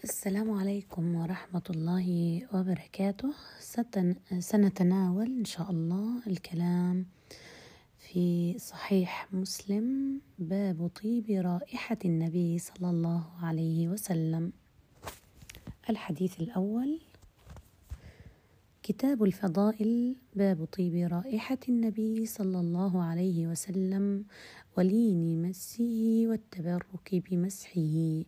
السلام عليكم ورحمة الله وبركاته. سنتناول إن شاء الله الكلام في صحيح مسلم باب طيب رائحة النبي صلى الله عليه وسلم. الحديث الأول: كتاب الفضائل، باب طيب رائحة النبي صلى الله عليه وسلم ولين مسه والتبرك بمسحه.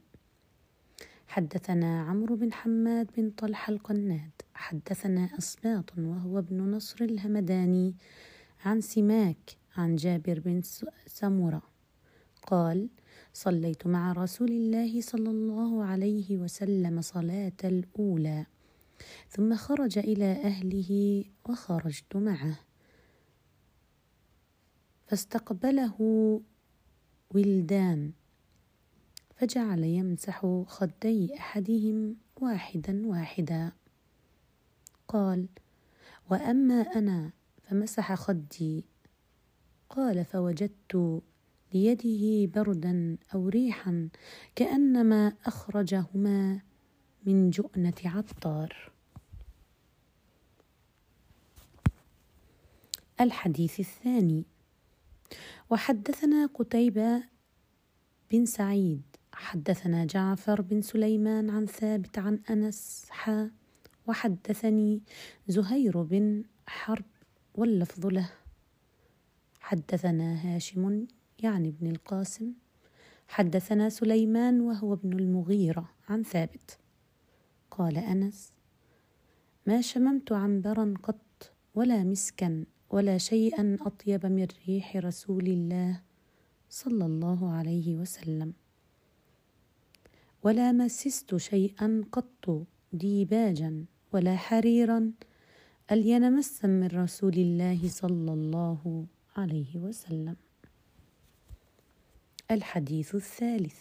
حدثنا عمرو بن حماد بن طلحة القناد حدثنا أسباط وهو ابن نصر الهمداني عن سماك عن جابر بن سمرة قال: صليت مع رسول الله صلى الله عليه وسلم صلاة الأولى، ثم خرج إلى أهله وخرجت معه، فاستقبله ولدان، فجعل يمسح خدي أحدهم واحدا واحدا. قال: وأما أنا فمسح خدي. قال: فوجدت ليده بردا أو ريحا كأنما أخرجهما من جؤنة عطار. الحديث الثاني: وحدثنا قتيبة بن سعيد حدثنا جعفر بن سليمان عن ثابت عن أنس وحدثني زهير بن حرب واللفظ له. حدثنا هاشم يعني بن القاسم حدثنا سليمان وهو ابن المغيرة عن ثابت قال أنس: ما شممت عنبرا قط ولا مسكا ولا شيئا أطيب من ريح رسول الله صلى الله عليه وسلم، ولا مسست شيئا قط ديباجا ولا حريرا ألين مسا من رسول الله صلى الله عليه وسلم. الحديث الثالث: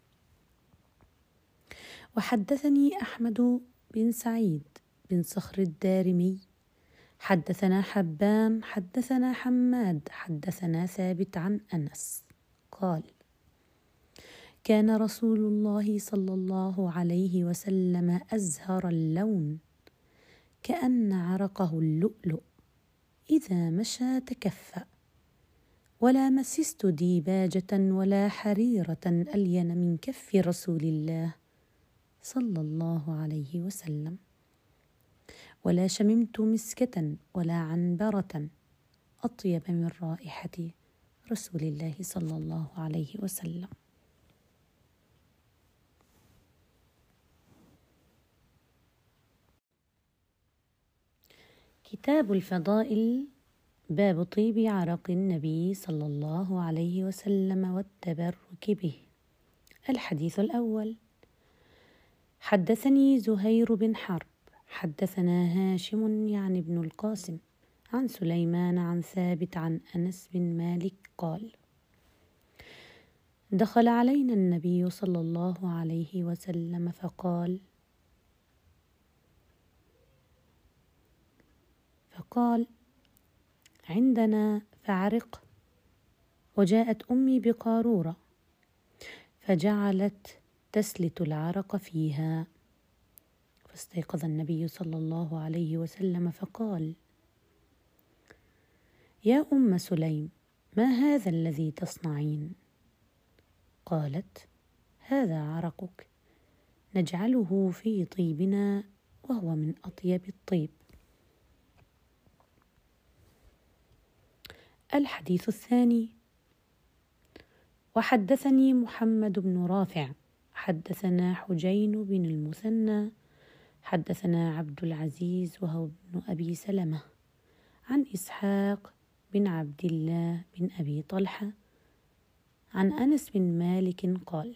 وحدثني أحمد بن سعيد بن صخر الدارمي حدثنا حبان حدثنا حماد حدثنا ثابت عن أنس قال: كان رسول الله صلى الله عليه وسلم أزهر اللون كأن عرقه اللؤلؤ، إذا مشى تكفأ، ولا مسست ديباجة ولا حريرة ألين من كف رسول الله صلى الله عليه وسلم، ولا شممت مسكة ولا عنبرة أطيب من رائحة رسول الله صلى الله عليه وسلم. كتاب الفضائل، باب طيب عرق النبي صلى الله عليه وسلم والتبرك به. الحديث الأول: حدثني زهير بن حرب حدثنا هاشم يعني ابن القاسم عن سليمان عن ثابت عن أنس بن مالك قال: دخل علينا النبي صلى الله عليه وسلم فقال: عندنا فعرق. وجاءت أمي بقارورة فجعلت تسلت العرق فيها، فاستيقظ النبي صلى الله عليه وسلم فقال: يا أم سليم، ما هذا الذي تصنعين؟ قالت: هذا عرقك، نجعله في طيبنا وهو من أطيب الطيب. الحديث الثاني: وحدثني محمد بن رافع حدثنا حجين بن المثنى حدثنا عبد العزيز وهو ابن أبي سلمة عن إسحاق بن عبد الله بن أبي طلحة عن أنس بن مالك قال: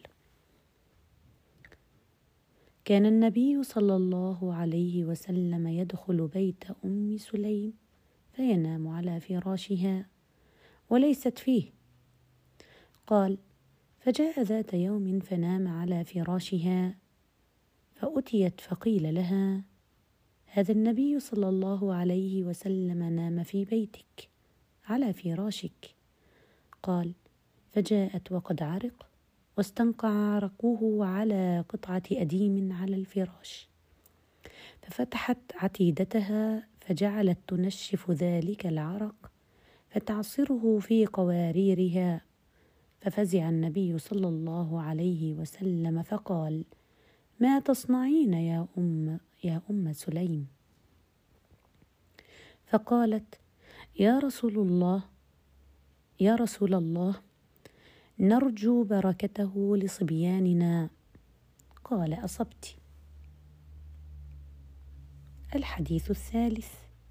كان النبي صلى الله عليه وسلم يدخل بيت أم سليم فينام على فراشها وليست فيه. قال: فجاء ذات يوم فنام على فراشها، فأتيت فقيل لها: هذا النبي صلى الله عليه وسلم نام في بيتك على فراشك. قال: فجاءت وقد عرق واستنقع عرقه على قطعة أديم على الفراش، ففتحت عتيدتها فجعلت تنشف ذلك العرق فتعصره في قواريرها. ففزع النبي صلى الله عليه وسلم فقال: ما تصنعين يا أم سليم؟ فقالت: يا رسول الله نرجو بركته لصبياننا. قال: أصبت. الحديث الثالث: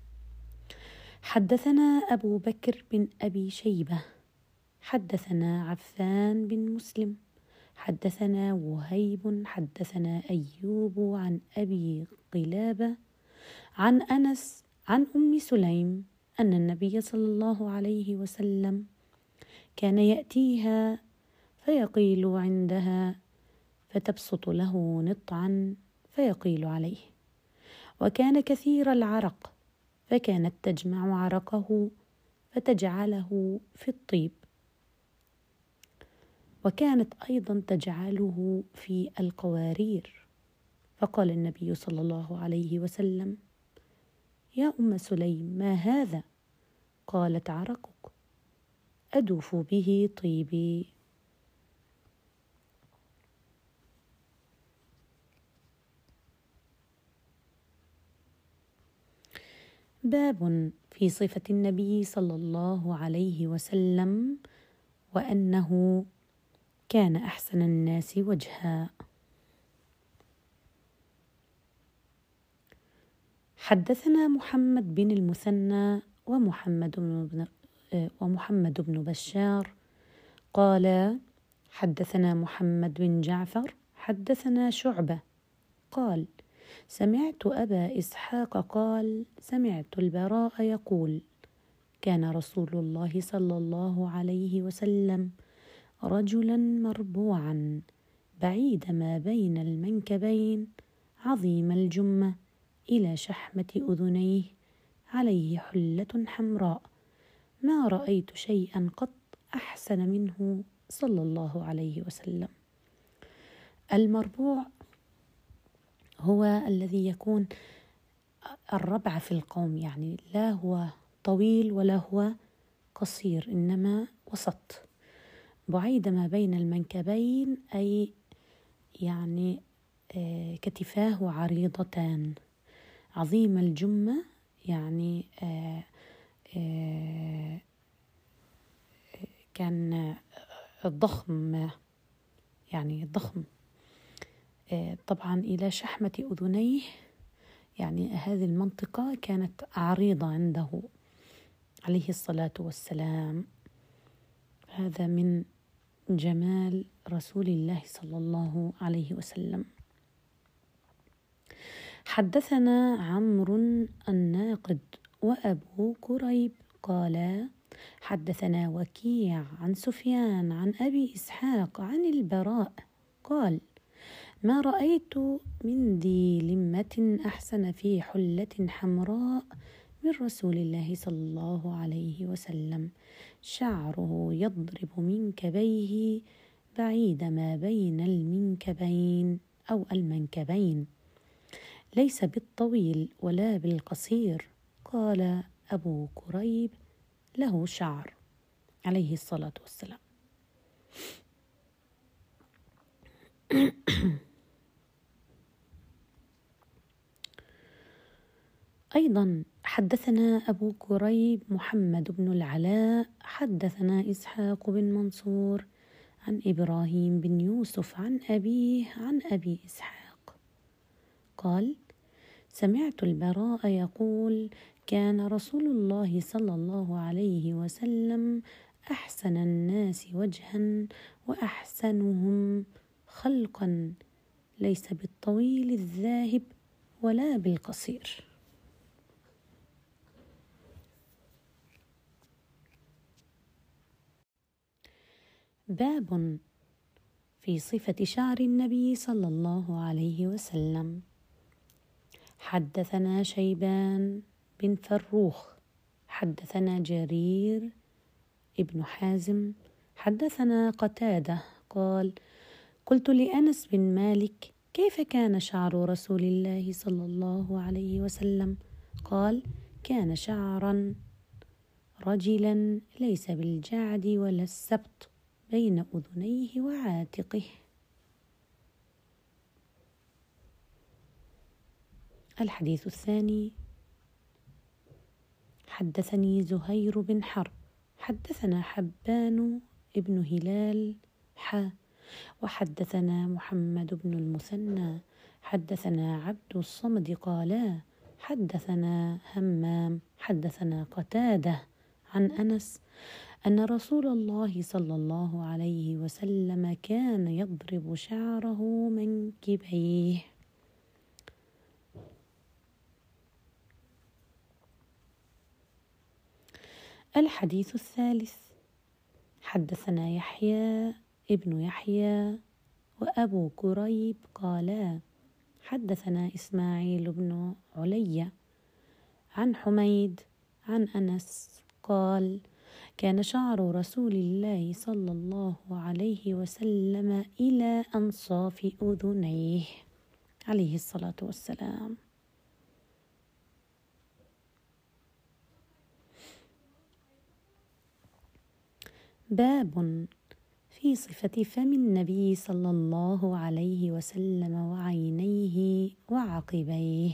حدثنا أبو بكر بن أبي شيبة حدثنا عفان بن مسلم حدثنا وهيب حدثنا أيوب عن أبي قلابة عن أنس عن أم سليم أن النبي صلى الله عليه وسلم كان يأتيها فيقيل عندها فتبسط له نطعا فيقيل عليه، وكان كثير العرق فكانت تجمع عرقه فتجعله في الطيب، وكانت أيضا تجعله في القوارير. فقال النبي صلى الله عليه وسلم: يا أم سليم ما هذا؟ قالت: عرقك أدوف به طيبي. باب في صفة النبي صلى الله عليه وسلم وأنه كان أحسن الناس وجها. حدثنا محمد بن المثنى ومحمد بن بشار قال: حدثنا محمد بن جعفر حدثنا شعبة قال: سمعت أبا إسحاق قال: سمعت البراء يقول: كان رسول الله صلى الله عليه وسلم رجلا مربوعا بعيد ما بين المنكبين عظيم الجمة إلى شحمة أذنيه عليه حلة حمراء، ما رأيت شيئا قط أحسن منه صلى الله عليه وسلم. المربوع هو الذي يكون الربع في القوم، يعني لا هو طويل ولا هو قصير إنما وسط، بعيد ما بين المنكبين أي يعني كتفاه عريضتان، عظيم الجمة يعني كان ضخم، يعني ضخم طبعا إلى شحمة أذنيه، يعني هذه المنطقة كانت عريضة عنده عليه الصلاة والسلام. هذا من جمال رسول الله صلى الله عليه وسلم. حدثنا عمرو الناقد وأبو كريب قال: حدثنا وكيع عن سفيان عن أبي إسحاق عن البراء قال: ما رأيت من ذي لمة أحسن في حلة حمراء من رسول الله صلى الله عليه وسلم، شعره يضرب منكبيه بعيد ما بين المنكبين أو المنكبين، ليس بالطويل ولا بالقصير. قال أبو كريب: له شعر عليه الصلاة والسلام. أيضا حدثنا أبو كريب محمد بن العلاء حدثنا إسحاق بن منصور عن إبراهيم بن يوسف عن أبيه عن أبي إسحاق قال: سمعت البراء يقول: كان رسول الله صلى الله عليه وسلم أحسن الناس وجها وأحسنهم خلقا، ليس بالطويل الذاهب ولا بالقصير. باب في صفة شعر النبي صلى الله عليه وسلم. حدثنا شيبان بن فروخ حدثنا جرير ابن حازم حدثنا قتادة قال: قلت لأنس بن مالك: كيف كان شعر رسول الله صلى الله عليه وسلم؟ قال: كان شعرا رجلا ليس بالجعد ولا السبط بين أذنيه وعاتقه. الحديث الثاني: حدثني زهير بن حرب حدثنا حبان ابن هلال وحدثنا محمد بن المثنى حدثنا عبد الصمد قالا: حدثنا همام حدثنا قتادة عن أنس أن رسول الله صلى الله عليه وسلم كان يضرب شعره منكبيه. الحديث الثالث: حدثنا يحيى ابن يحيى وأبو كريب قالا: حدثنا إسماعيل بن علي عن حميد عن أنس قال: كان شعر رسول الله صلى الله عليه وسلم إلى أنصاف أذنيه عليه الصلاة والسلام. باب في صفة فم النبي صلى الله عليه وسلم وعينيه وعقبيه.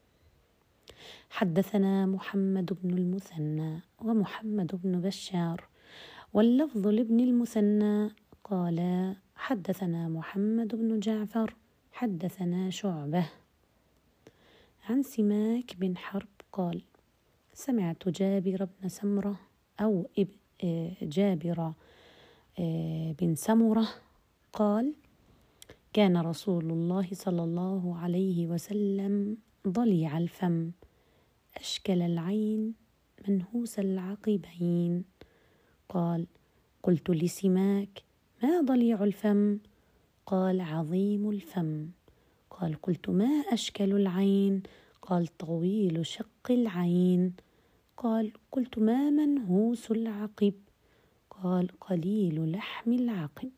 حدثنا محمد بن المثنى ومحمد بن بشار واللفظ لابن المثنى قال: حدثنا محمد بن جعفر حدثنا شعبة عن سماك بن حرب قال: سمعت جابر بن سمرة أو جابر بن سمرة قال: كان رسول الله صلى الله عليه وسلم ضليع الفم أشكل العين منهوس العقبين. قال: قلت لسماك: ما ضليع الفم؟ قال: عظيم الفم. قال: قلت: ما أشكل العين؟ قال: طويل شق العين. قال: قلت: ما منهوس العقب؟ قال: قليل لحم العقب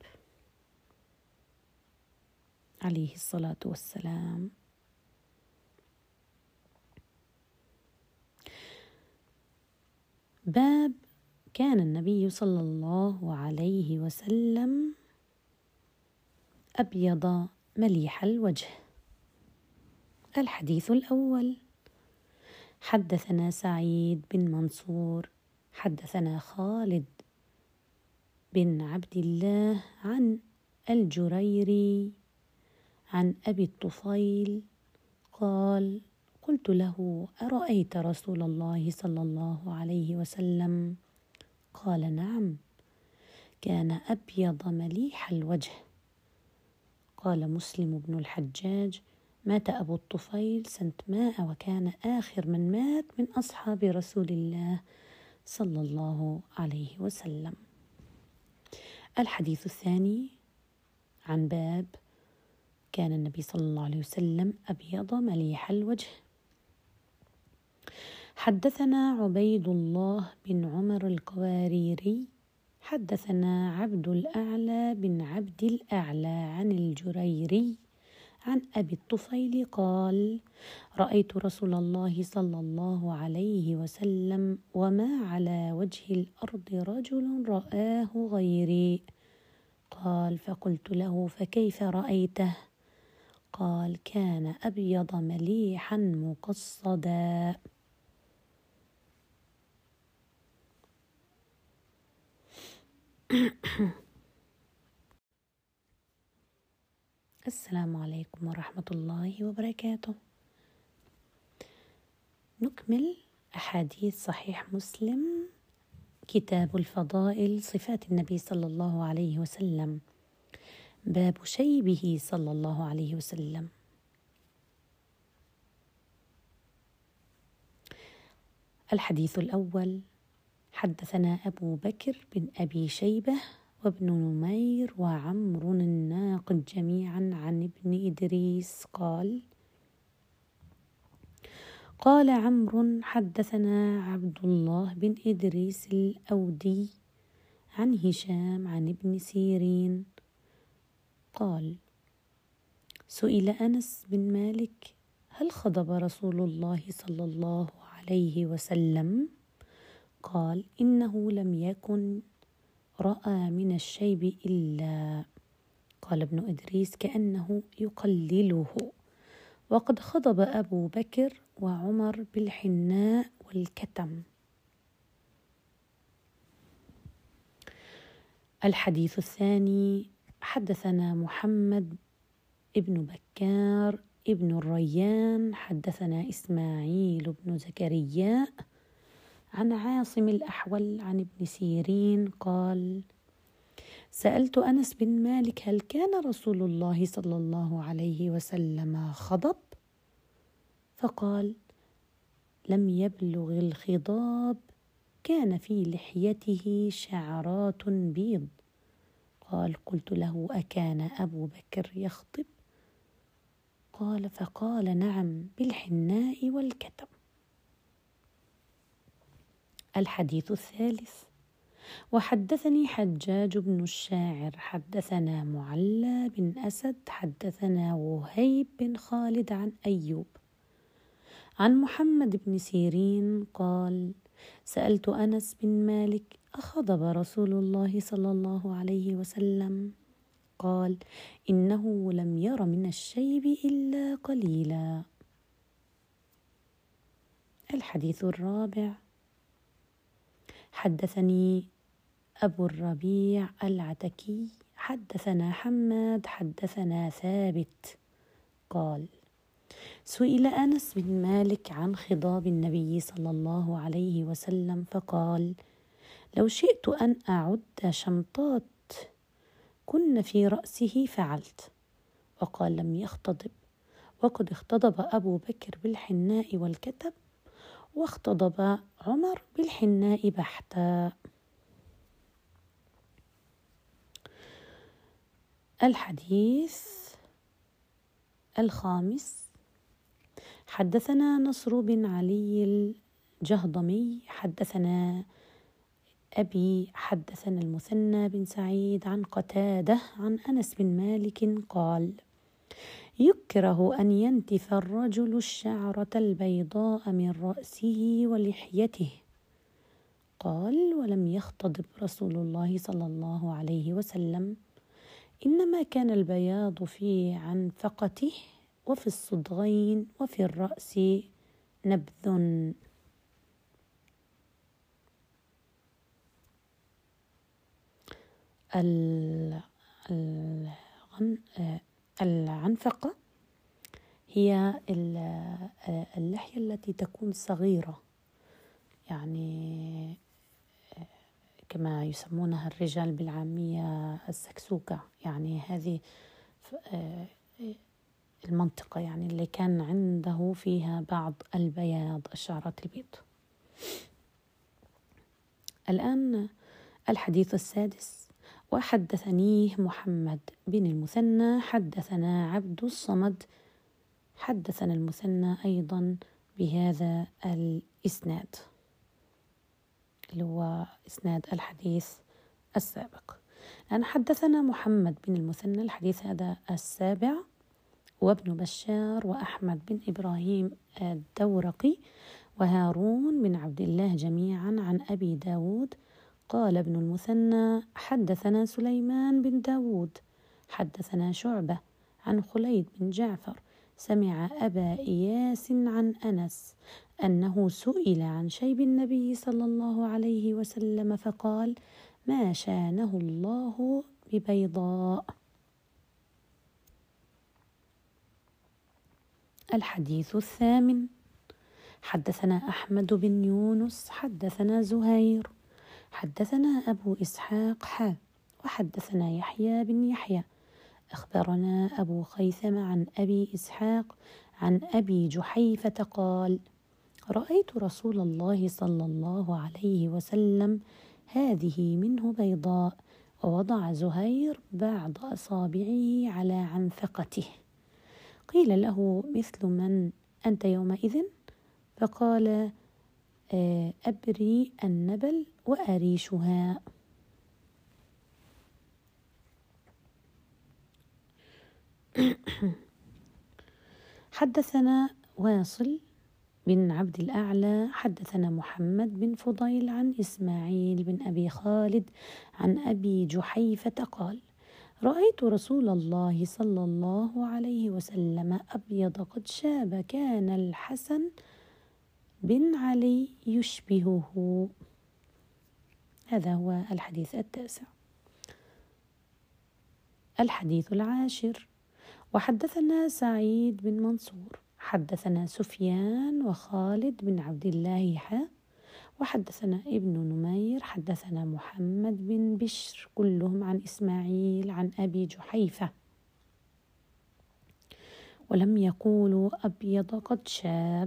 عليه الصلاة والسلام. باب كان النبي صلى الله عليه وسلم أبيض مليح الوجه. الحديث الأول: حدثنا سعيد بن منصور حدثنا خالد بن عبد الله عن الجريري عن أبي الطفيل قال: قلت له: أرأيت رسول الله صلى الله عليه وسلم؟ قال: نعم، كان أبيض مليح الوجه. قال مسلم بن الحجاج: مات أبو الطفيل سنة 100 وكان آخر من مات من أصحاب رسول الله صلى الله عليه وسلم. الحديث الثاني عن باب كان النبي صلى الله عليه وسلم أبيض مليح الوجه. حدثنا عبيد الله بن عمر القواريري حدثنا عبد الأعلى بن عبد الأعلى عن الجريري عن أبي الطفيل قال: رأيت رسول الله صلى الله عليه وسلم وما على وجه الأرض رجل رآه غيري. قال: فقلت له: فكيف رأيته؟ قال: كان أبيض مليحا مقصدا. السلام عليكم ورحمة الله وبركاته. نكمل أحاديث صحيح مسلم كتاب الفضائل صفات النبي صلى الله عليه وسلم. باب شيبه صلى الله عليه وسلم. الحديث الأول: حدثنا أبو بكر بن أبي شيبة وابن نمير وعمر الناقد جميعا عن ابن إدريس قال عمرو: حدثنا عبد الله بن إدريس الأودي عن هشام عن ابن سيرين قال: سئل أنس بن مالك: هل خضب رسول الله صلى الله عليه وسلم؟ قال: إنه لم يكن رأى من الشيب إلا. قال ابن إدريس: كأنه يقلله. وقد خضب أبو بكر وعمر بالحناء والكتم. الحديث الثاني: حدثنا محمد ابن بكار ابن الريان حدثنا إسماعيل بن زكريا عن عاصم الأحول عن ابن سيرين قال: سألت أنس بن مالك: هل كان رسول الله صلى الله عليه وسلم خضب؟ فقال: لم يبلغ الخضاب، كان في لحيته شعرات بيض. قال: قلت له: أكان أبو بكر يخطب؟ قال: فقال: نعم، بالحناء والكتم. الحديث الثالث: وحدثني حجاج بن الشاعر حدثنا معلى بن أسد حدثنا وهيب بن خالد عن أيوب عن محمد بن سيرين قال: سألت أنس بن مالك: أخضب رسول الله صلى الله عليه وسلم؟ قال: إنه لم ير من الشيب إلا قليلا. الحديث الرابع: حدثني أبو الربيع العتكي حدثنا حماد حدثنا ثابت قال: سئل أنس بن مالك عن خضاب النبي صلى الله عليه وسلم فقال: لو شئت أن أعد شمطات كن في رأسه فعلت. وقال: لم يختضب، وقد اختضب أبو بكر بالحناء والكتب، واختضب عمر بالحناء بحتا. الحديث الخامس: حدثنا نصر بن علي الجهضمي حدثنا أبي حدثنا المثنى بن سعيد عن قتادة عن أنس بن مالك قال: يكره أن ينتف الرجل الشعرة البيضاء من رأسه ولحيته. قال: ولم يختضب رسول الله صلى الله عليه وسلم، إنما كان البياض في عنفقته وفي الصدغين وفي الرأس نبذ. العنفقة هي اللحية التي تكون صغيرة، يعني كما يسمونها الرجال بالعامية السكسوكة، يعني هذه المنطقة يعني اللي كان عنده فيها بعض البياض، الشعرات البيض. الآن الحديث السادس: وحدثنيه محمد بن المثنى حدثنا عبد الصمد حدثنا المثنى أيضا بهذا الإسناد اللي هو إسناد الحديث السابق. أنا حدثنا محمد بن المثنى الحديث هذا السابع، وابن بشار وأحمد بن إبراهيم الدورقي وهارون بن عبد الله جميعا عن أبي داود. قال ابن المثنى: حدثنا سليمان بن داود حدثنا شعبة عن خليد بن جعفر سمع أبا إياس عن أنس أنه سئل عن شيب النبي صلى الله عليه وسلم فقال: ما شانه الله ببيضاء. الحديث الثامن: حدثنا أحمد بن يونس حدثنا زهير حدثنا أبو إسحاق وحدثنا يحيى بن يحيى أخبرنا أبو خيثم عن أبي إسحاق عن أبي جحيفة قال: رأيت رسول الله صلى الله عليه وسلم هذه منه بيضاء، ووضع زهير بعض أصابعه على عنفقته. قيل له: مثل من أنت يومئذ؟ فقال: أبري النبل وأريشها. حدثنا واصل بن عبد الأعلى حدثنا محمد بن فضيل عن إسماعيل بن أبي خالد عن أبي جحيفة قال: رأيت رسول الله صلى الله عليه وسلم أبيض قد شاب، كان الحسن بن علي يشبهه. هذا هو الحديث 9. الحديث 10: وحدثنا سعيد بن منصور حدثنا سفيان وخالد بن عبد الله وحدثنا ابن نمير حدثنا محمد بن بشر كلهم عن إسماعيل عن أبي جحيفة، ولم يقولوا أبيض قد شاب.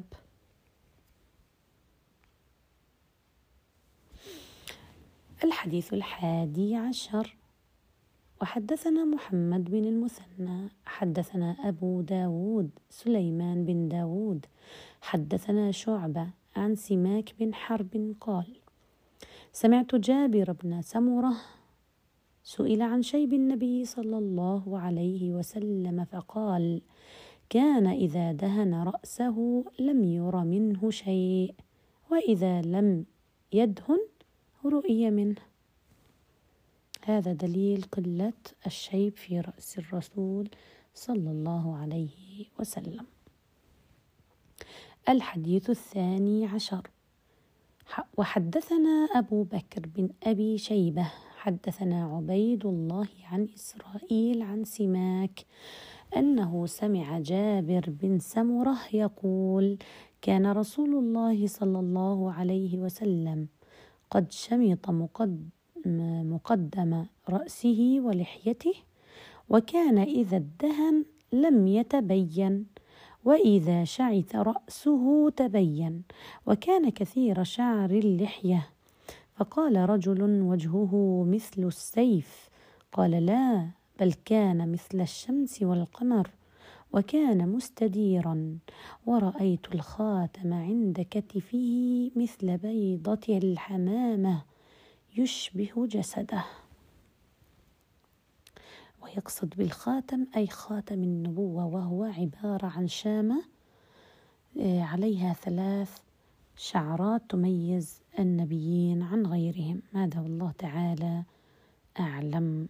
الحديث 11: وحدثنا محمد بن المثنى حدثنا أبو داود سليمان بن داود حدثنا شعبة عن سماك بن حرب قال: سمعت جابر بن سمرة سئل عن شيب النبي صلى الله عليه وسلم فقال: كان إذا دهن رأسه لم ير منه شيء، وإذا لم يدهن رؤي منه. هذا دليل قلة الشيب في رأس الرسول صلى الله عليه وسلم. الحديث 12: وحدثنا أبو بكر بن أبي شيبة حدثنا عبيد الله عن إسرائيل عن سماك أنه سمع جابر بن سمرة يقول: كان رسول الله صلى الله عليه وسلم قد شمط مقدم رأسه ولحيته، وكان إذا ادهن لم يتبين، وإذا شعث رأسه تبين، وكان كثير شعر اللحية. فقال رجل: وجهه مثل السيف. قال: لا، بل كان مثل الشمس والقمر، وكان مستديرا، ورأيت الخاتم عند كتفه مثل بيضة الحمامة يشبه جسده. ويقصد بالخاتم أي خاتم النبوة، وهو عبارة عن شامة عليها 3 شعرات تميز النبيين عن غيرهم. هذا والله تعالى أعلم.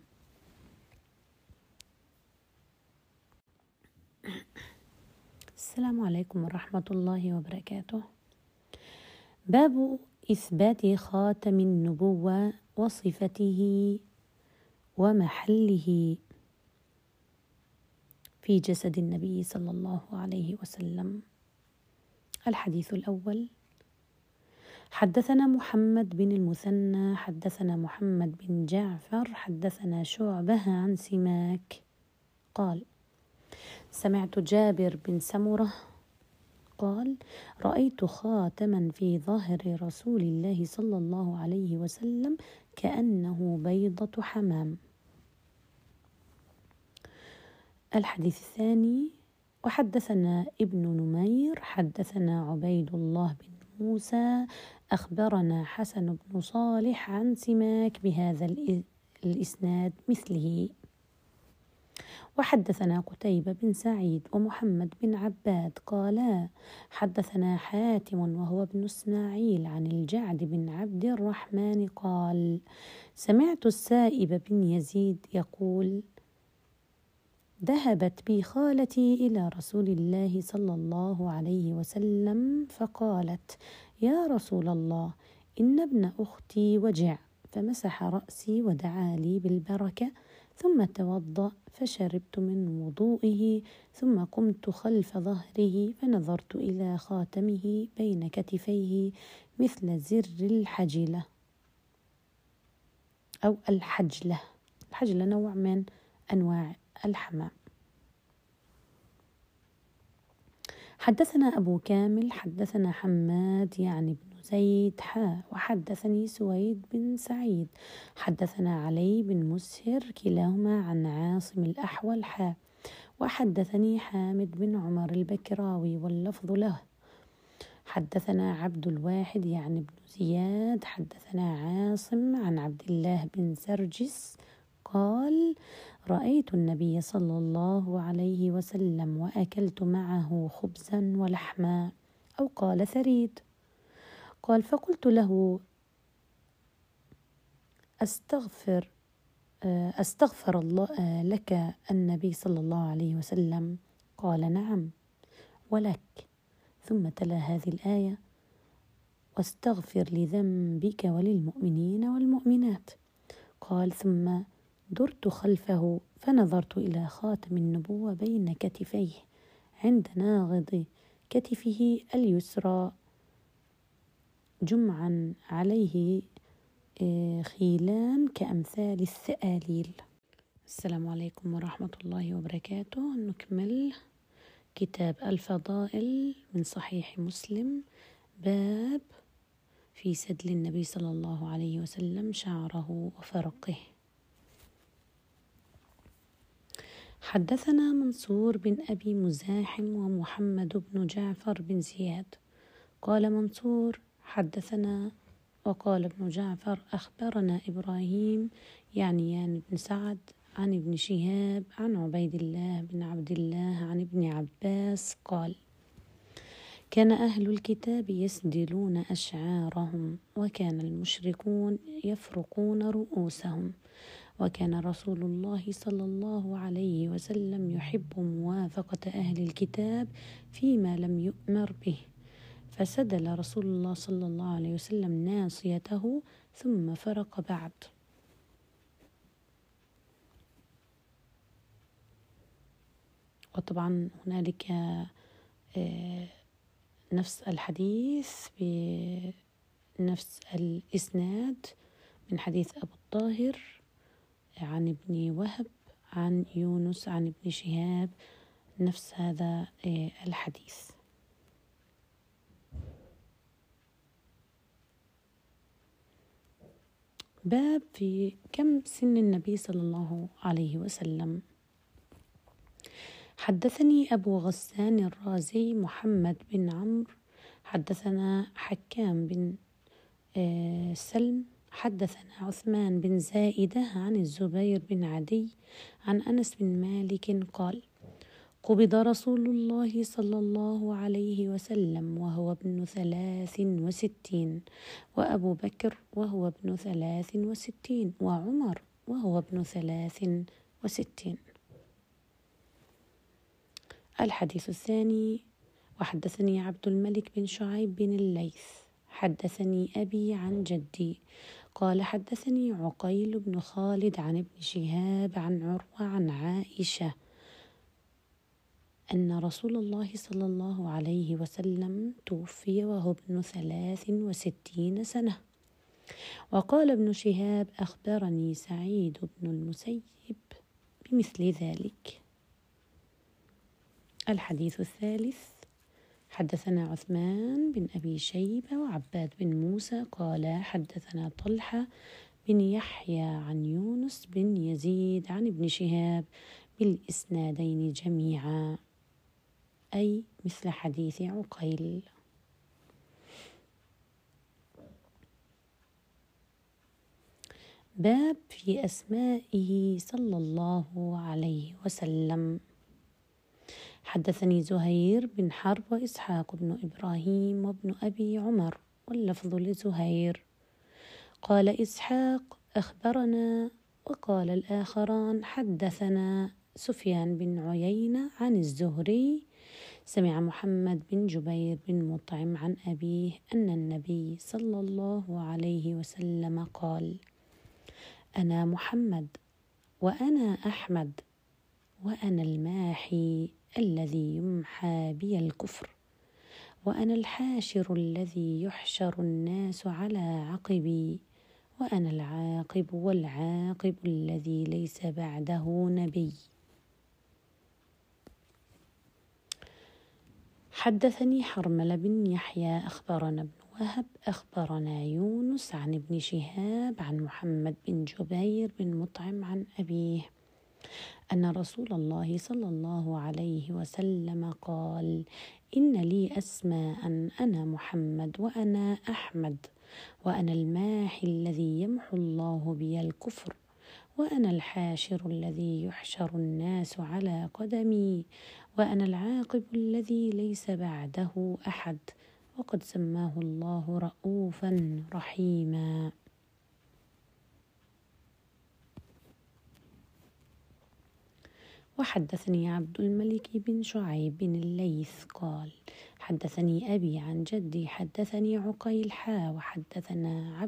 السلام عليكم ورحمة الله وبركاته. باب إثبات خاتم النبوة وصفته ومحله في جسد النبي صلى الله عليه وسلم. الحديث الأول: حدثنا محمد بن المثنى حدثنا محمد بن جعفر حدثنا شعبة عن سماك قال: سمعت جابر بن سمرة قال: رأيت خاتما في ظهر رسول الله صلى الله عليه وسلم كأنه بيضة حمام. الحديث الثاني: وحدثنا ابن نمير حدثنا عبيد الله بن موسى أخبرنا حسن بن صالح عن سماك بهذا الإسناد مثله. وحدثنا قتيبة بن سعيد ومحمد بن عباد قالا: حدثنا حاتم وهو ابن إسماعيل عن الجعد بن عبد الرحمن قال: سمعت السائب بن يزيد يقول: ذهبت بي خالتي إلى رسول الله صلى الله عليه وسلم فقالت: يا رسول الله، إن ابن أختي وجع، فمسح رأسي ودعا لي بالبركة، ثم توضأ فشربت من وضوئه، ثم قمت خلف ظهره فنظرت إلى خاتمه بين كتفيه مثل زر الحجلة أو الحجلة. الحجلة نوع من أنواع الحمام. حدثنا أبو كامل حدثنا حماد يعني بن زيد وحدثني سويد بن سعيد حدثنا علي بن مسهر كلاهما عن عاصم الأحول وحدثني حامد بن عمر البكراوي واللفظ له. حدثنا عبد الواحد يعني بن زياد حدثنا عاصم عن عبد الله بن سرجس قال: رأيت النبي صلى الله عليه وسلم وأكلت معه خبزا ولحما، أو قال ثريد. قال: فقلت له: أستغفر الله لك النبي صلى الله عليه وسلم؟ قال: نعم ولك. ثم تلا هذه الآية: واستغفر لذنبك وللمؤمنين والمؤمنات. قال: ثم درت خلفه فنظرت إلى خاتم النبوة بين كتفيه عند ناغض كتفه اليسرى، جمعا عليه خيلان كأمثال الثآليل. السلام عليكم ورحمة الله وبركاته. نكمل كتاب الفضائل من صحيح مسلم، باب في سدل النبي صلى الله عليه وسلم شعره وفرقه. حدثنا منصور بن أبي مزاحم ومحمد بن جعفر بن زياد. قال منصور: حدثنا، وقال ابن جعفر: أخبرنا إبراهيم يعني بن سعد عن ابن شهاب عن عبيد الله بن عبد الله عن ابن عباس قال: كان أهل الكتاب يسدلون أشعارهم، وكان المشركون يفرقون رؤوسهم، وكان رسول الله صلى الله عليه وسلم يحب موافقة أهل الكتاب فيما لم يؤمر به، فسدل رسول الله صلى الله عليه وسلم ناصيته ثم فرق بعد. وطبعا هنالك نفس الحديث بنفس الإسناد من حديث أبو الطاهر عن ابن وهب عن يونس عن ابن شهاب، نفس هذا الحديث. باب في كم سن النبي صلى الله عليه وسلم. حدثني أبو غسان الرازي محمد بن عمرو حدثنا حكام بن سلم حدثنا عثمان بن زائدة عن الزبير بن عدي عن أنس بن مالك قال: قبض رسول الله صلى الله عليه وسلم وهو ابن 63، وأبو بكر وهو ابن 63، وعمر وهو ابن 63. الحديث الثاني: وحدثني عبد الملك بن شعيب بن الليث حدثني أبي عن جدي قال: حدثني عقيل بن خالد عن ابن شهاب عن عروة عن عائشة أن رسول الله صلى الله عليه وسلم توفي وهو ابن 63 سنة. وقال ابن شهاب: أخبرني سعيد بن المسيب بمثل ذلك. الحديث الثالث: حدثنا عثمان بن أبي شيبة وعباد بن موسى قال: حدثنا طلحة بن يحيى عن يونس بن يزيد عن ابن شهاب بالإسنادين جميعا، أي مثل حديث عقيل. باب في أسمائه صلى الله عليه وسلم. حدثني زهير بن حرب وإسحاق بن إبراهيم وابن أبي عمر، واللفظ لزهير. قال إسحاق: أخبرنا، وقال الآخران: حدثنا سفيان بن عيينة عن الزهري سمع محمد بن جبير بن مطعم عن أبيه أن النبي صلى الله عليه وسلم قال: أنا محمد، وأنا أحمد، وأنا الماحي الذي يمحى بي الكفر، وأنا الحاشر الذي يحشر الناس على عقبي، وأنا العاقب والعاقب الذي ليس بعده نبي. حدثني حرملة بن يحيى أخبرنا ابن وهب أخبرنا يونس عن ابن شهاب عن محمد بن جبير بن مطعم عن أبيه أن رسول الله صلى الله عليه وسلم قال: إن لي أسماء، أنا محمد، وأنا أحمد، وأنا الماحي الذي يمحو الله بي الكفر، وأنا الحاشر الذي يحشر الناس على قدمي، وأنا العاقب الذي ليس بعده أحد، وقد سماه الله رؤوفا رحيما. وحدثني عبد الملك بن شعيب بن الليث قال: حدثني أبي عن جدي حدثني عقيل وحدثنا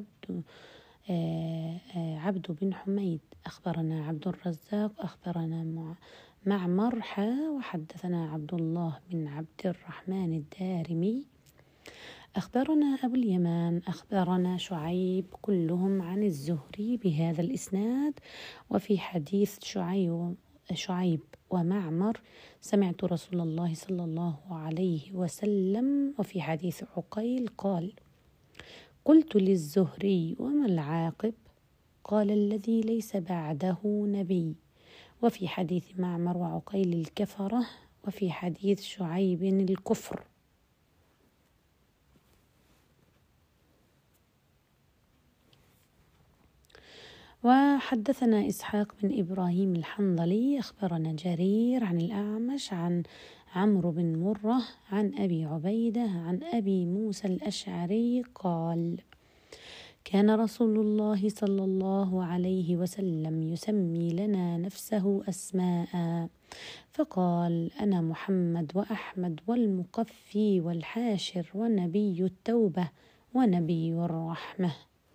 عبد بن حميد أخبرنا عبد الرزاق أخبرنا معمر وحدثنا عبد الله بن عبد الرحمن الدارمي أخبرنا أبو اليمان أخبرنا شعيب كلهم عن الزهري بهذا الإسناد. وفي حديث شعيب ومعمر سمعت رسول الله صلى الله عليه وسلم. وفي حديث عقيل قال: قلت للزهري: وما العاقب؟ قال: الذي ليس بعده نبي. وفي حديث معمر وعقيل الكفرة. وفي حديث شعيب الكفر. وحدثنا إسحاق بن إبراهيم الحنظلي أخبرنا جرير عن الأعمش عن عمرو بن مرة عن أبي عبيدة عن أبي موسى الأشعري قال: كان رسول الله صلى الله عليه وسلم يسمي لنا نفسه أسماء، فقال: أنا محمد وأحمد والمقفي والحاشر ونبي التوبة ونبي الرحمة.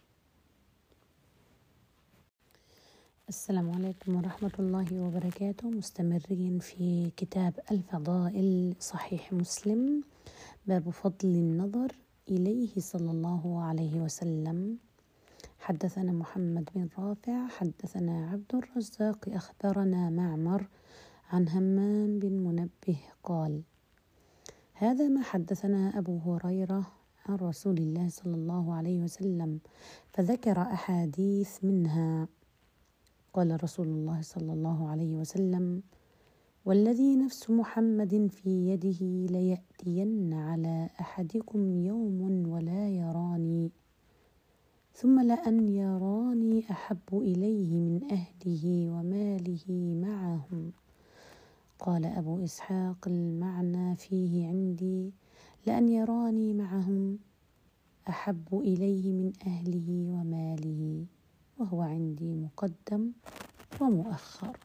السلام عليكم ورحمة الله وبركاته. مستمرين في كتاب الفضائل صحيح مسلم، باب فضل النظر إليه صلى الله عليه وسلم. حدثنا محمد بن رافع حدثنا عبد الرزاق أخبرنا معمر عن همام بن منبه قال: هذا ما حدثنا أبو هريرة عن رسول الله صلى الله عليه وسلم، فذكر أحاديث منها. قال رسول الله صلى الله عليه وسلم: والذي نفس محمد في يده ليأتين على أحدكم يوم ولا يراني، ثم لأن يراني أحب إليه من أهله وماله معهم. قال أبو إسحاق: المعنى فيه عندي لأن يراني معهم أحب إليه من أهله وماله، وهو عندي مقدم ومؤخر.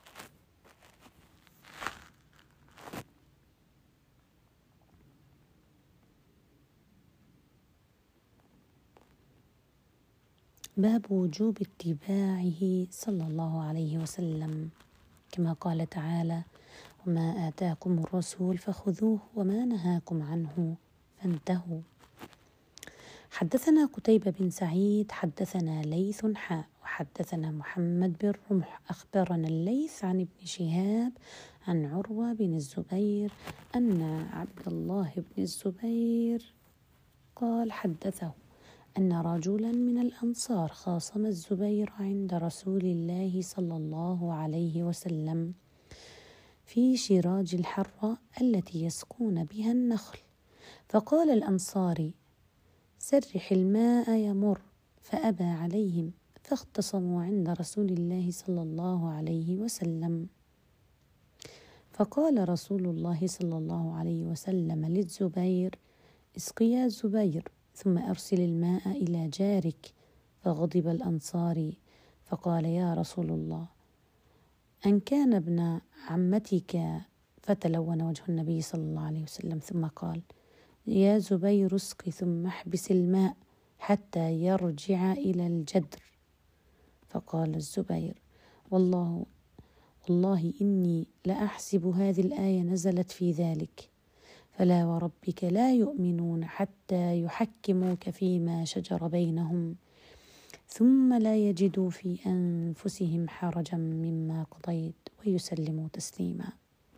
باب وجوب اتباعه صلى الله عليه وسلم، كما قال تعالى: وما آتاكم الرسول فخذوه وما نهاكم عنه فانتهوا. حدثنا قتيبة بن سعيد حدثنا ليث وحدثنا محمد بن رمح أخبرنا الليث عن ابن شهاب عن عروة بن الزبير أن عبد الله بن الزبير قال حدثه أن رجلا من الأنصار خاصم الزبير عند رسول الله صلى الله عليه وسلم في شراج الحرة التي يسقون بها النخل، فقال الأنصاري: سرح الماء يمر، فأبى عليهم، فاختصموا عند رسول الله صلى الله عليه وسلم. فقال رسول الله صلى الله عليه وسلم للزبير: اسق يا زبير، ثم أرسل الماء إلى جارك. فغضب الأنصاري فقال: يا رسول الله، أن كان ابن عمتك؟ فتلون وجه النبي صلى الله عليه وسلم ثم قال: يا زبير اسق ثم احبس الماء حتى يرجع إلى الجدر. فقال الزبير: والله إني لأحسب هذه الآية نزلت في ذلك، فلا وربك لا يؤمنون حتى يحكموك فيما شجر بينهم ثم لا يجدوا في أنفسهم حرجا مما قضيت ويسلموا تسليما.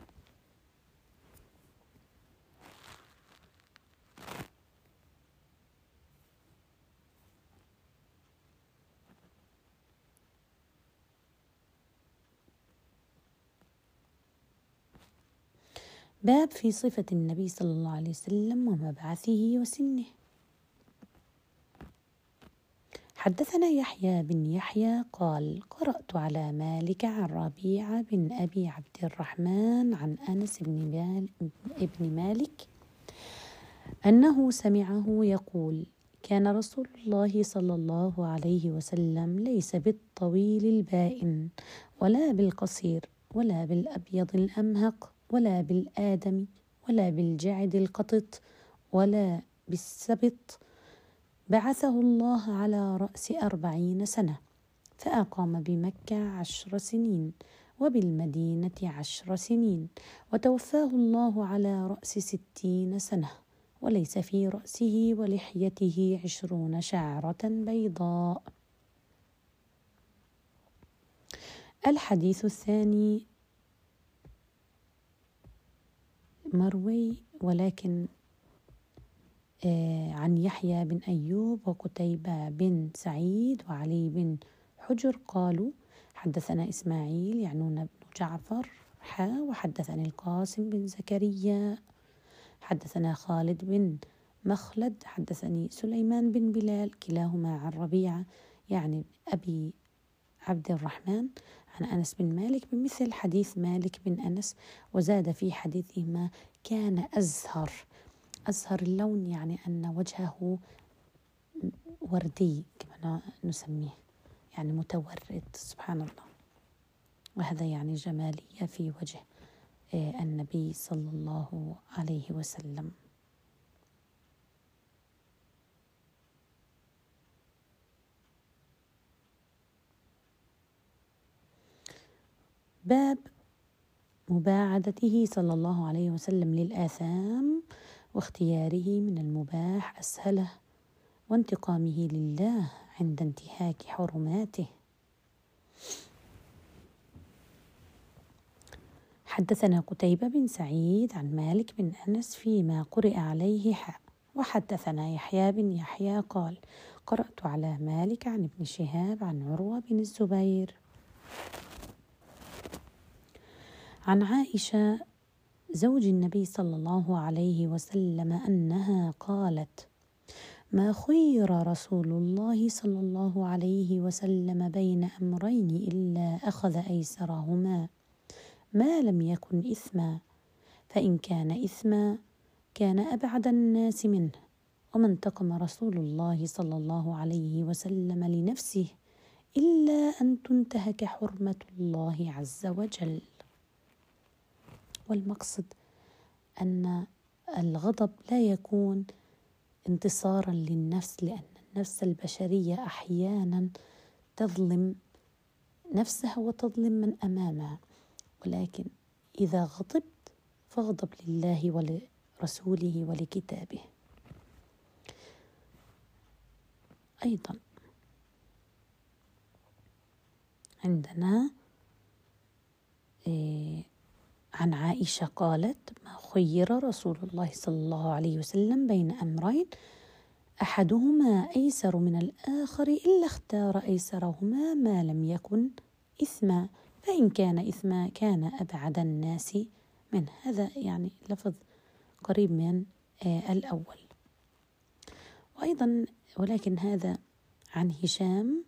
باب في صفة النبي صلى الله عليه وسلم ومبعثه وسنه. حدثنا يحيى بن يحيى قال قرأت على مالك عن ربيعة بن أبي عبد الرحمن عن أنس بن مالك أنه سمعه يقول كان رسول الله صلى الله عليه وسلم ليس بالطويل البائن ولا بالقصير ولا بالأبيض الأمهق ولا بالآدم ولا بالجعد القطط ولا بالسبط، بعثه الله على رأس 40 سنة، فأقام بمكة 10 سنين وبالمدينة 10 سنين، وتوفاه الله على رأس 60 سنة، وليس في رأسه ولحيته 20 شعرة بيضاء. الحديث الثاني مروي ولكن عن يحيى بن أيوب وقتيبة بن سعيد وعلي بن حجر قالوا حدثنا إسماعيل يعنون بن جعفر وحدثني القاسم بن زكريا حدثنا خالد بن مخلد حدثني سليمان بن بلال كلاهما عن ربيعة يعني أبي عبد الرحمن عن أنس بن مالك بمثل حديث مالك بن أنس، وزاد في حديثهما كان أزهر اللون، يعني أن وجهه وردي كما نسميه، يعني متورد سبحان الله، وهذا يعني جمالية في وجه النبي صلى الله عليه وسلم. باب مباعدته صلى الله عليه وسلم للآثام واختياره من المباح أسهله وانتقامه لله عند انتهاك حرماته. حدثنا قتيبة بن سعيد عن مالك بن أنس فيما قرئ عليه وحدثنا يحيى بن يحيى قال قرأت على مالك عن ابن شهاب عن عروة بن الزبير عن عائشة زوج النبي صلى الله عليه وسلم أنها قالت ما خير رسول الله صلى الله عليه وسلم بين أمرين إلا أخذ أيسرهما ما لم يكن إثما، فإن كان إثما كان أبعد الناس منه، وما انتقم رسول الله صلى الله عليه وسلم لنفسه إلا أن تنتهك حرمة الله عز وجل. والمقصد أن الغضب لا يكون انتصارا للنفس، لأن النفس البشرية أحيانا تظلم نفسها وتظلم من أمامها، ولكن إذا غضبت فاغضب لله ولرسوله ولكتابه. أيضا عندنا عن عائشة قالت ما خير رسول الله صلى الله عليه وسلم بين أمرين أحدهما أيسر من الآخر إلا اختار أيسرهما ما لم يكن إثما، فإن كان إثما كان أبعد الناس منه. هذا يعني لفظ قريب من الأول. وأيضا ولكن هذا عن هشام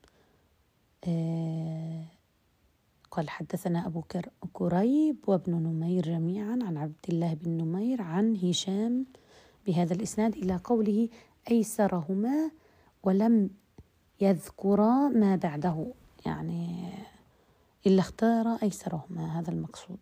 قال حدثنا أبو كريب وابن نمير جميعا عن عبد الله بن نمير عن هشام بهذا الإسناد إلى قوله أيسرهما ولم يذكرا ما بعده، يعني إلا اختار أيسرهما، هذا المقصود.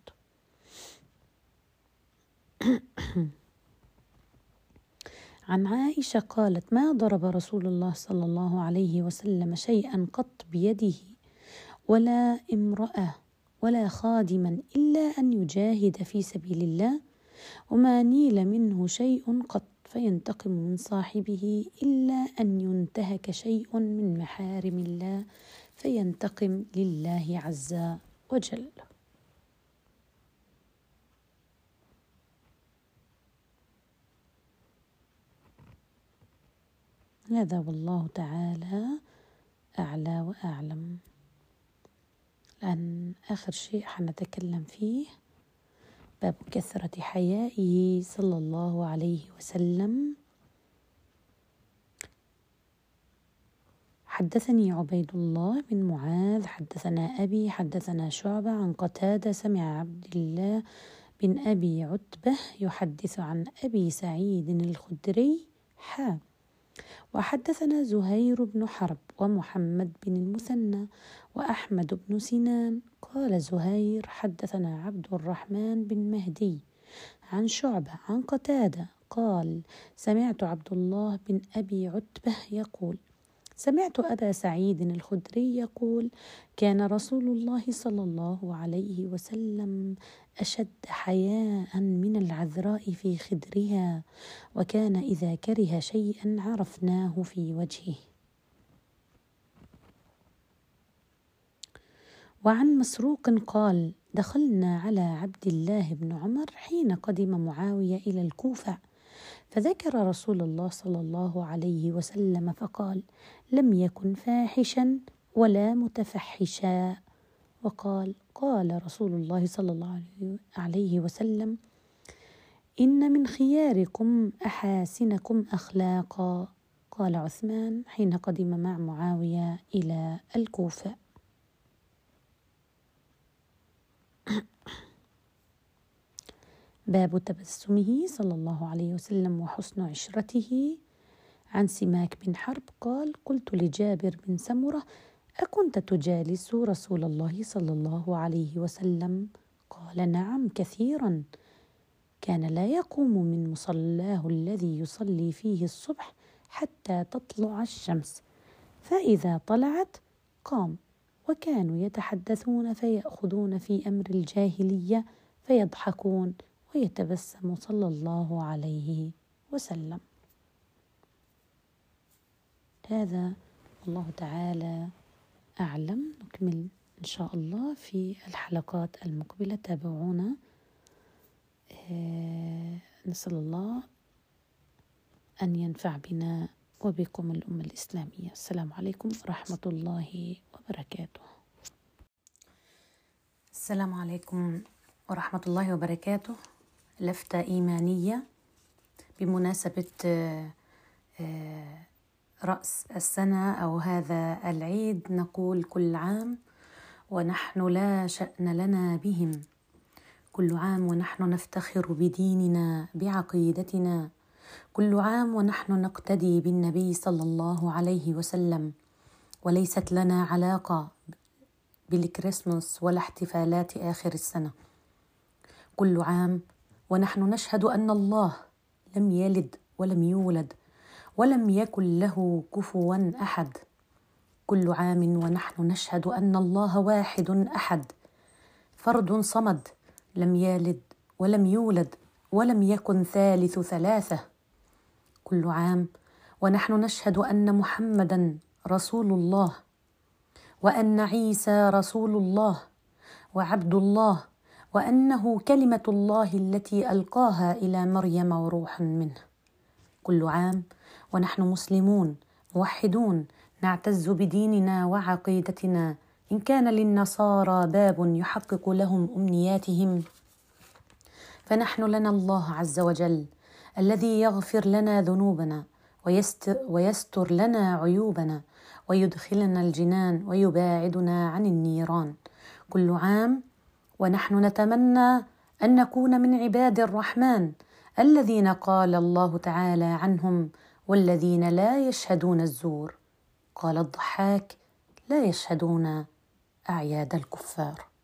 عن عائشة قالت ما ضرب رسول الله صلى الله عليه وسلم شيئا قط بيده ولا امرأة ولا خادما إلا أن يجاهد في سبيل الله، وما نيل منه شيء قط فينتقم من صاحبه إلا أن ينتهك شيء من محارم الله فينتقم لله عز وجل. هذا والله تعالى أعلى وأعلم. الآن آخر شيء حنتكلم فيه باب كثرة حيائه صلى الله عليه وسلم. حدثني عبيد الله بن معاذ حدثنا أبي حدثنا شعبة عن قتادة سمع عبد الله بن أبي عتبة يحدث عن أبي سعيد الخدري وحدثنا زهير بن حرب ومحمد بن المثنى وأحمد بن سنان. قال زهير حدثنا عبد الرحمن بن مهدي عن شعبة عن قتادة قال سمعت عبد الله بن أبي عتبة يقول سمعت أبا سعيد الخدري يقول كان رسول الله صلى الله عليه وسلم أشد حياء من العذراء في خدرها، وكان إذا كره شيئا عرفناه في وجهه. وعن مسروق قال دخلنا على عبد الله بن عمر حين قدم معاوية إلى الكوفة، فذكر رسول الله صلى الله عليه وسلم فقال لم يكن فاحشا ولا متفحشا. وقال قال رسول الله صلى الله عليه وسلم إن من خياركم أحاسنكم أخلاقا. قال عثمان حين قدم مع معاوية إلى الكوفة. باب تبسمه صلى الله عليه وسلم وحسن عشرته. عن سماك بن حرب قال قلت لجابر بن سمرة أكنت تجالس رسول الله صلى الله عليه وسلم؟ قال نعم كثيرا، كان لا يقوم من مصلاه الذي يصلي فيه الصبح حتى تطلع الشمس، فإذا طلعت قام، وكانوا يتحدثون فيأخذون في أمر الجاهلية فيضحكون ويتبسم صلى الله عليه وسلم. هذا الله تعالى أعلم. نكمل إن شاء الله في الحلقات المقبلة، تابعونا. نسأل الله أن ينفع بنا وبكم الأمة الإسلامية. السلام عليكم ورحمة الله وبركاته. السلام عليكم ورحمة الله وبركاته. لفتة إيمانية بمناسبة رأس السنة أو هذا العيد، نقول كل عام ونحن لا شأن لنا بهم، كل عام ونحن نفتخر بديننا بعقيدتنا، كل عام ونحن نقتدي بالنبي صلى الله عليه وسلم، وليست لنا علاقة بالكريسماس ولا احتفالات آخر السنة. كل عام ونحن نشهد أن الله لم يلد ولم يولد ولم يكن له كفوا أحد. كل عام ونحن نشهد أن الله واحد أحد فرد صمد، لم يلد ولم يولد ولم يكن ثالث ثلاثة. كل عام ونحن نشهد أن محمدا رسول الله، وأن عيسى رسول الله وعبد الله، وأنه كلمة الله التي ألقاها إلى مريم وروح منه. كل عام ونحن مسلمون موحدون نعتز بديننا وعقيدتنا. إن كان للنصارى باب يحقق لهم أمنياتهم، فنحن لنا الله عز وجل الذي يغفر لنا ذنوبنا ويستر لنا عيوبنا ويدخلنا الجنان ويباعدنا عن النيران. كل عام ونحن نتمنى أن نكون من عباد الرحمن الذين قال الله تعالى عنهم والذين لا يشهدون الزور. قال الضحاك لا يشهدون أعياد الكفار.